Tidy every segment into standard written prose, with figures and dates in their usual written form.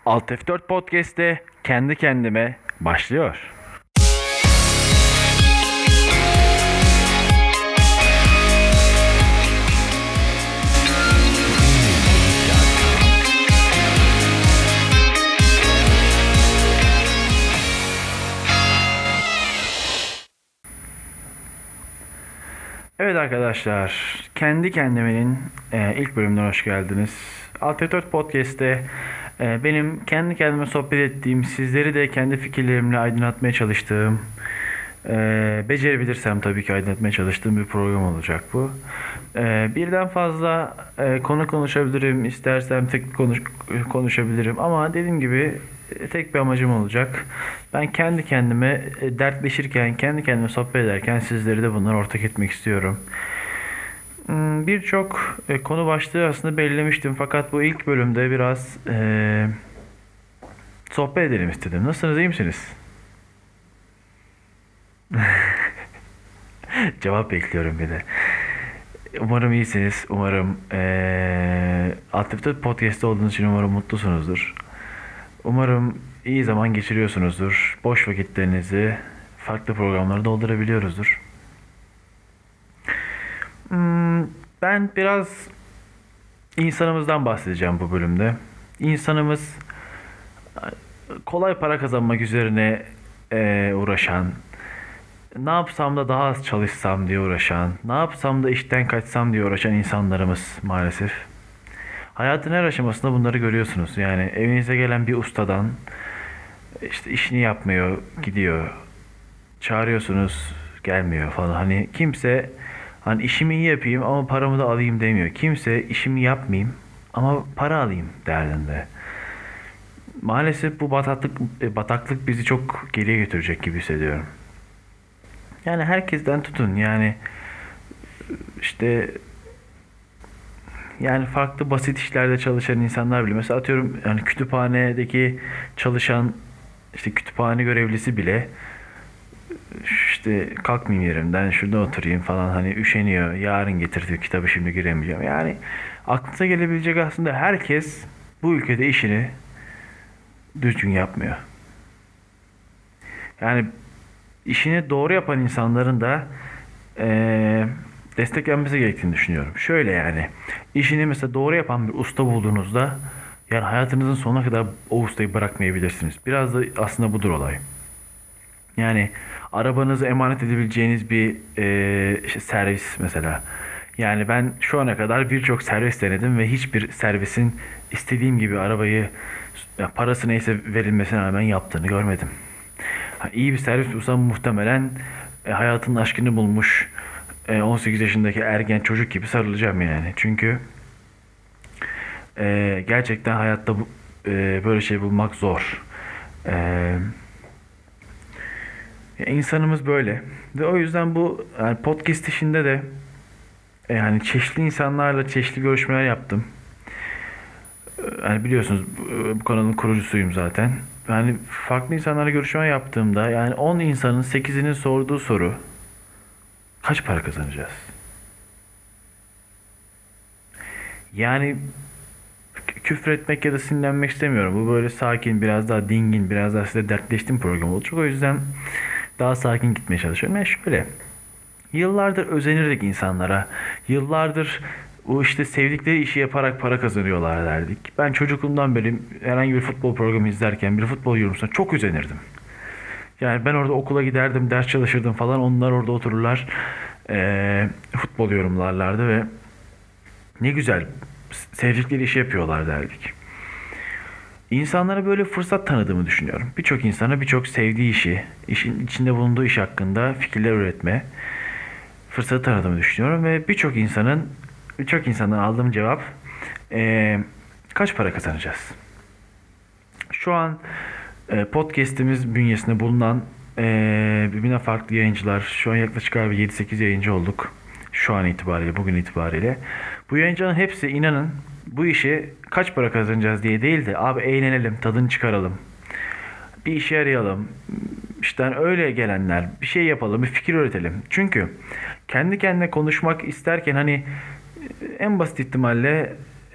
Alt F4 Podcast'te kendi kendime başlıyor. Evet arkadaşlar, kendi kendimenin ilk bölümüne hoş geldiniz. Alt F4 Podcast'te benim kendi kendime sohbet ettiğim, sizleri de kendi fikirlerimle aydınlatmaya çalıştığım, becerebilirsem tabii ki aydınlatmaya çalıştığım bir program olacak bu. Birden fazla konu konuşabilirim, istersem tek konuşabilirim ama dediğim gibi tek bir amacım olacak. Ben kendi kendime dertleşirken, kendi kendime sohbet ederken sizleri de bunları ortak etmek istiyorum. Birçok konu başlığı aslında belirlemiştim fakat bu ilk bölümde biraz sohbet edelim istedim. Nasılsınız, iyi misiniz? Cevap bekliyorum bir de. Umarım iyisiniz. Umarım Aktivite Podcast'ta olduğunuz için umarım mutlusunuzdur. Umarım iyi zaman geçiriyorsunuzdur. Boş vakitlerinizi farklı programlara doldurabiliyoruzdur. Ben biraz insanımızdan bahsedeceğim bu bölümde. İnsanımız kolay para kazanmak üzerine uğraşan, ne yapsam da daha az çalışsam diye uğraşan, ne yapsam da işten kaçsam diye uğraşan insanlarımız maalesef. Hayatın her aşamasında bunları görüyorsunuz. Yani evinize gelen bir ustadan işte işini yapmıyor, gidiyor. Çağırıyorsunuz, gelmiyor falan. Hani kimse hani işimi iyi yapayım ama paramı da alayım demiyor. Kimse işimi yapmayayım ama para alayım derdinde. Maalesef bu bataklık bizi çok geriye götürecek gibi hissediyorum. Yani herkesten tutun. Yani işte yani farklı basit işlerde çalışan insanlar bile, mesela atıyorum yani kütüphanedeki çalışan işte kütüphane görevlisi bile işte kalkmayayım yerimden şurada oturayım falan, hani üşeniyor, yarın getirdiği kitabı şimdi giremeyeceğim. Yani aklınıza gelebilecek aslında herkes bu ülkede işini düzgün yapmıyor. Yani işini doğru yapan insanların da desteklenmesi gerektiğini düşünüyorum. Şöyle yani, işini mesela doğru yapan bir usta bulduğunuzda yani hayatınızın sonuna kadar o ustayı bırakmayabilirsiniz. Biraz da aslında budur olay. Yani arabanızı emanet edebileceğiniz bir işte servis mesela. Yani ben şu ana kadar birçok servis denedim ve hiçbir servisin istediğim gibi arabayı, ya parası neyse verilmesine rağmen yaptığını görmedim. İyi bir servis bulsam muhtemelen hayatının aşkını bulmuş 18 yaşındaki ergen çocuk gibi sarılacağım yani. Çünkü gerçekten hayatta böyle şey bulmak zor. İnsanımız böyle. Ve o yüzden bu yani podcast işinde de yani çeşitli insanlarla çeşitli görüşmeler yaptım. Yani biliyorsunuz bu kanalın kurucusuyum zaten. Yani farklı insanlarla görüşme yaptığımda yani 10 insanın 8'inin sorduğu soru: kaç para kazanacağız? Yani küfür etmek ya da sinirlenmek istemiyorum. Bu böyle sakin, biraz daha dingin, biraz daha size dertleştiğim program olacak. O yüzden daha sakin gitmeye çalışıyorum. Yani şöyle, yıllardır özenirdik insanlara. Yıllardır o işte sevdikleri işi yaparak para kazanıyorlar derdik. Ben çocukluğumdan beri herhangi bir futbol programı izlerken bir futbol yorumcusuna çok özenirdim. Yani ben orada okula giderdim, ders çalışırdım falan. Onlar orada otururlar, futbol yorumlarlardı ve ne güzel sevdikleri işi yapıyorlar derdik. İnsanlara böyle fırsat tanıdığımı düşünüyorum. Birçok insana birçok sevdiği işi, işin içinde bulunduğu iş hakkında fikirler üretme fırsatı tanıdığımı düşünüyorum ve birçok insandan aldığım cevap kaç para kazanacağız? Şu an podcast'imiz bünyesinde bulunan birbirine farklı yayıncılar, şu an yaklaşık 7-8 yayıncı olduk. Şu an itibariyle, bugün itibariyle. Bu yayıncıların hepsi inanın bu işi kaç para kazanacağız diye değil de abi eğlenelim, tadını çıkaralım, bir işe yarayalım, işte öyle gelenler, bir şey yapalım, bir fikir üretelim. Çünkü kendi kendine konuşmak isterken hani en basit ihtimalle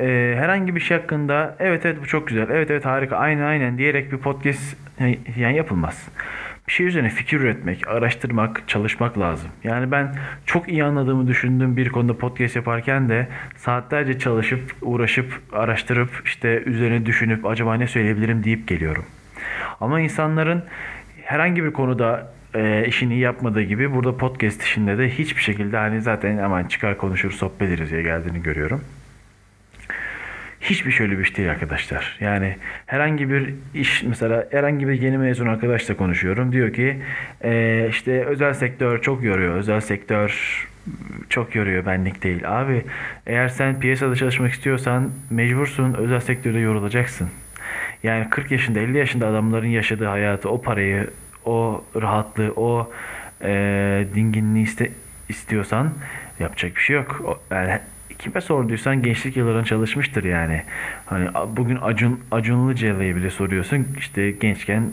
herhangi bir şey hakkında evet evet bu çok güzel, evet evet harika, aynen aynen diyerek bir podcast yani yapılmaz. Bir şey üzerine fikir üretmek, araştırmak, çalışmak lazım. Yani ben çok iyi anladığımı düşündüğüm bir konuda podcast yaparken de saatlerce çalışıp, uğraşıp, araştırıp, işte üzerine düşünüp acaba ne söyleyebilirim deyip geliyorum. Ama insanların herhangi bir konuda işini iyi yapmadığı gibi burada podcast işinde de hiçbir şekilde hani zaten hemen çıkar konuşur sohbet ederiz diye geldiğini görüyorum. Hiçbir şöyle bir şey değil arkadaşlar. Yani herhangi bir iş, mesela herhangi bir yeni mezun arkadaşla konuşuyorum. Diyor ki işte özel sektör çok yoruyor. Özel sektör çok yoruyor, benlik değil. Abi eğer sen piyasada çalışmak istiyorsan mecbursun, özel sektörde yorulacaksın. Yani 40 yaşında 50 yaşında adamların yaşadığı hayatı, o parayı, o rahatlığı, o dinginliği istiyorsan yapacak bir şey yok. Yani kime sorduysan gençlik yıllarında çalışmıştır yani. Hani bugün Acun Ilıcalı'ya bile soruyorsun, işte gençken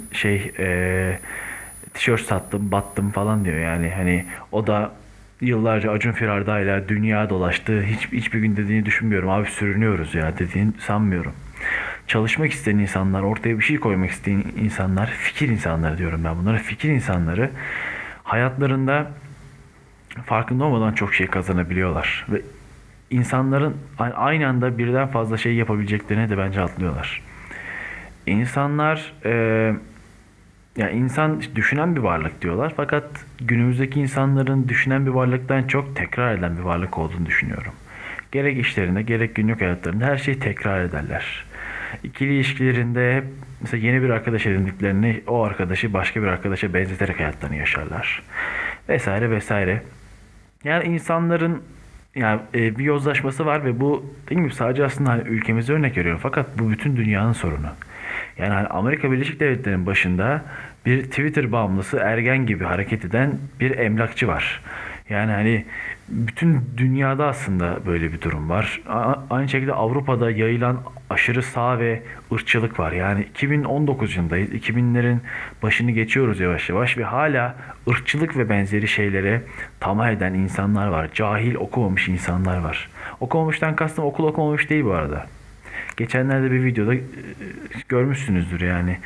tişört sattım, battım falan diyor yani. Hani o da yıllarca Acun Firarda'yla dünya dolaştı. Hiçbir gün dediğini düşünmüyorum. Abi sürünüyoruz ya dediğini sanmıyorum. Çalışmak isteyen insanlar, ortaya bir şey koymak isteyen insanlar, fikir insanları diyorum ben bunlara. Fikir insanları hayatlarında farkında olmadan çok şey kazanabiliyorlar. Ve insanların aynı anda birden fazla şey yapabileceklerine de bence atlıyorlar. İnsanlar yani insan düşünen bir varlık diyorlar. Fakat günümüzdeki insanların düşünen bir varlıktan çok tekrar eden bir varlık olduğunu düşünüyorum. Gerek işlerinde gerek günlük hayatlarında her şeyi tekrar ederler. İkili ilişkilerinde hep mesela yeni bir arkadaş edindiklerini o arkadaşı başka bir arkadaşa benzeterek hayatlarını yaşarlar. Vesaire vesaire. Yani insanların yani bir yozlaşması var ve bu dediğim gibi sadece aslında hani ülkemize örnek veriyorum. Fakat bu bütün dünyanın sorunu. Yani hani Amerika Birleşik Devletleri'nin başında bir Twitter bağımlısı ergen gibi hareket eden bir emlakçı var. Yani hani bütün dünyada aslında böyle bir durum var. Aynı şekilde Avrupa'da yayılan aşırı sağ ve ırkçılık var. Yani 2019 yılındayız. 2000'lerin başını geçiyoruz yavaş yavaş ve hala ırkçılık ve benzeri şeylere tamah eden insanlar var. Cahil, okumamış insanlar var. Okumamıştan kastım okul okumamış değil bu arada. Geçenlerde bir videoda görmüşsünüzdür yani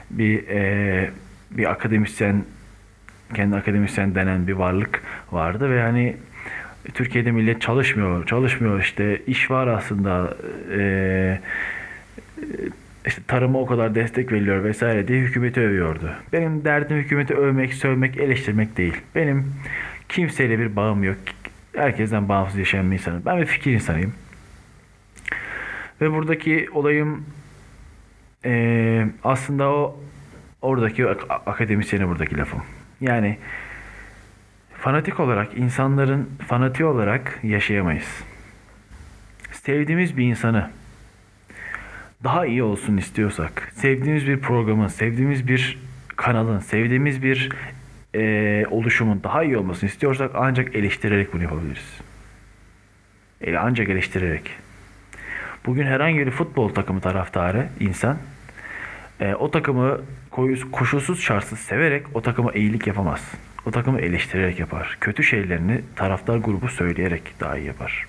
bir akademisyen, kendi akademisyen denen bir varlık vardı ve hani Türkiye'de millet çalışmıyor işte iş var aslında, işte tarıma o kadar destek veriliyor vesaire diye hükümeti övüyordu. Benim derdim hükümeti övmek, sövmek, eleştirmek değil. Benim kimseyle bir bağım yok. Herkesten bağımsız yaşayan bir insanım. Ben bir fikir insanıyım. Ve buradaki olayım aslında oradaki akademisyene buradaki lafım. Yani fanatik olarak, insanların fanatiği olarak yaşayamayız. Sevdiğimiz bir insanı daha iyi olsun istiyorsak, sevdiğimiz bir programın, sevdiğimiz bir kanalın, sevdiğimiz bir oluşumun daha iyi olmasını istiyorsak ancak eleştirerek bunu yapabiliriz. Ancak eleştirerek. Bugün herhangi bir futbol takımı taraftarı insan o takımı koşulsuz şartsız severek o takıma iyilik yapamaz. O takımı eleştirerek yapar. Kötü şeylerini taraftar grubu söyleyerek daha iyi yapar.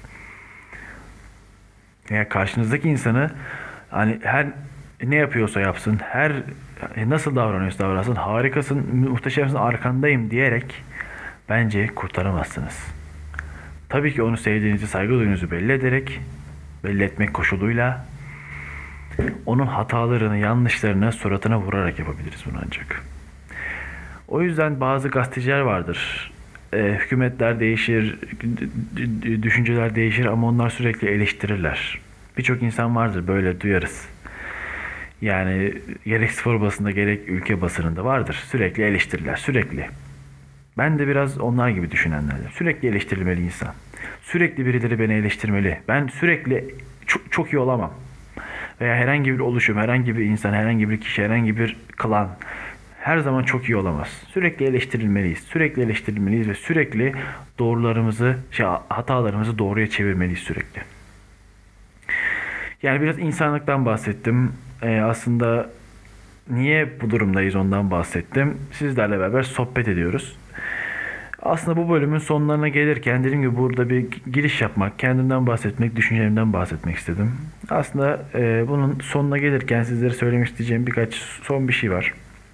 Yani karşınızdaki insanı hani her ne yapıyorsa yapsın, her nasıl davranıyorsa davransın, harikasın, muhteşemsin, arkandayım diyerek bence kurtaramazsınız. Tabii ki onu sevdiğinizi, saygı duyduğunuzu belli etmek koşuluyla onun hatalarını, yanlışlarını suratına vurarak yapabiliriz bunu ancak. O yüzden bazı gazeteciler vardır. Hükümetler değişir, düşünceler değişir ama onlar sürekli eleştirirler. Birçok insan vardır, böyle duyarız. Yani gerek spor basında gerek ülke basınında vardır. Sürekli eleştirirler, sürekli. Ben de biraz onlar gibi düşünenlerden. Sürekli eleştirilmeli insan. Sürekli birileri beni eleştirmeli. Ben sürekli çok iyi olamam. Veya herhangi bir oluşum, herhangi bir insan, herhangi bir kişi, herhangi bir klan her zaman çok iyi olamaz. Sürekli eleştirilmeliyiz. Sürekli eleştirilmeliyiz ve sürekli hatalarımızı doğruya çevirmeliyiz sürekli. Yani biraz insanlıktan bahsettim. Aslında niye bu durumdayız ondan bahsettim. Sizlerle beraber sohbet ediyoruz. Aslında bu bölümün sonlarına gelirken dediğim gibi burada bir giriş yapmak, kendimden bahsetmek, düşüncelerimden bahsetmek istedim. Aslında bunun sonuna gelirken sizlere söylemek isteyeceğim birkaç son bir şey var.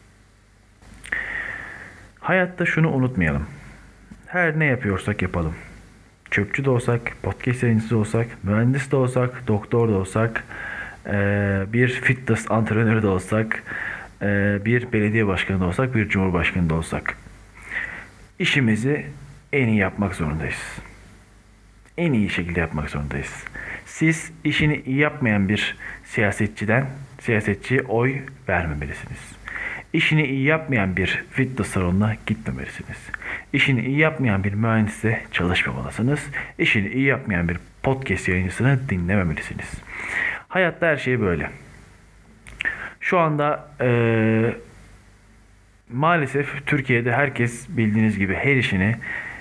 Hayatta şunu unutmayalım. Her ne yapıyorsak yapalım. Çöpçü de olsak, podcast yayıncısı da olsak, mühendis de olsak, doktor da olsak, bir fitness antrenörü de olsak, bir belediye başkanı da olsak, bir cumhurbaşkanı da olsak. İşimizi en iyi yapmak zorundayız. En iyi şekilde yapmak zorundayız. Siz işini iyi yapmayan bir siyasetçiye oy vermemelisiniz. İşini iyi yapmayan bir fitness salonuna gitmemelisiniz. İşini iyi yapmayan bir mühendise çalışmamalısınız. İşini iyi yapmayan bir podcast yayıncısını dinlememelisiniz. Hayatta her şey böyle. Şu anda maalesef Türkiye'de herkes bildiğiniz gibi her işini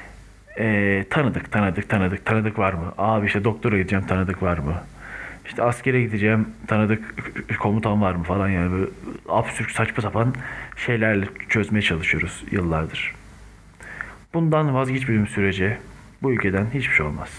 tanıdık var mı? Abi işte doktora gideceğim, tanıdık var mı? İşte askere gideceğim, tanıdık komutan var mı falan, yani böyle absürt saçma sapan şeylerle çözmeye çalışıyoruz yıllardır. Bundan vazgeçmediğim sürece bu ülkeden hiçbir şey olmaz.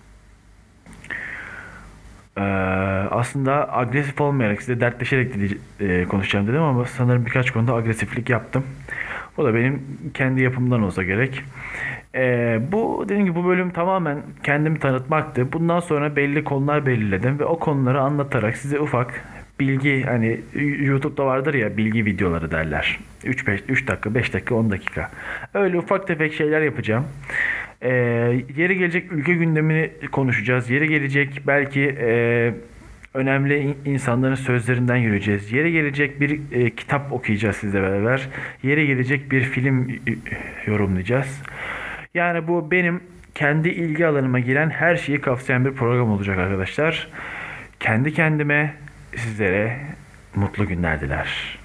Aslında agresif olmayarak, size dertleşerek konuşacağım dedim ama sanırım birkaç konuda agresiflik yaptım. O da benim kendi yapımdan olsa gerek. Bu dediğim gibi bu bölüm tamamen kendimi tanıtmaktı. Bundan sonra belli konular belirledim ve o konuları anlatarak size ufak bilgi, hani YouTube'da vardır ya bilgi videoları derler. 3 dakika, 5 dakika, 10 dakika. Öyle ufak tefek şeyler yapacağım. Yeri gelecek ülke gündemini konuşacağız. Yeri gelecek belki önemli insanların sözlerinden yürüyeceğiz. Yeri gelecek bir kitap okuyacağız sizle beraber. Yeri gelecek bir film yorumlayacağız. Yani bu benim kendi ilgi alanıma giren her şeyi kapsayan bir program olacak arkadaşlar. Kendi kendime sizlere mutlu günler diler.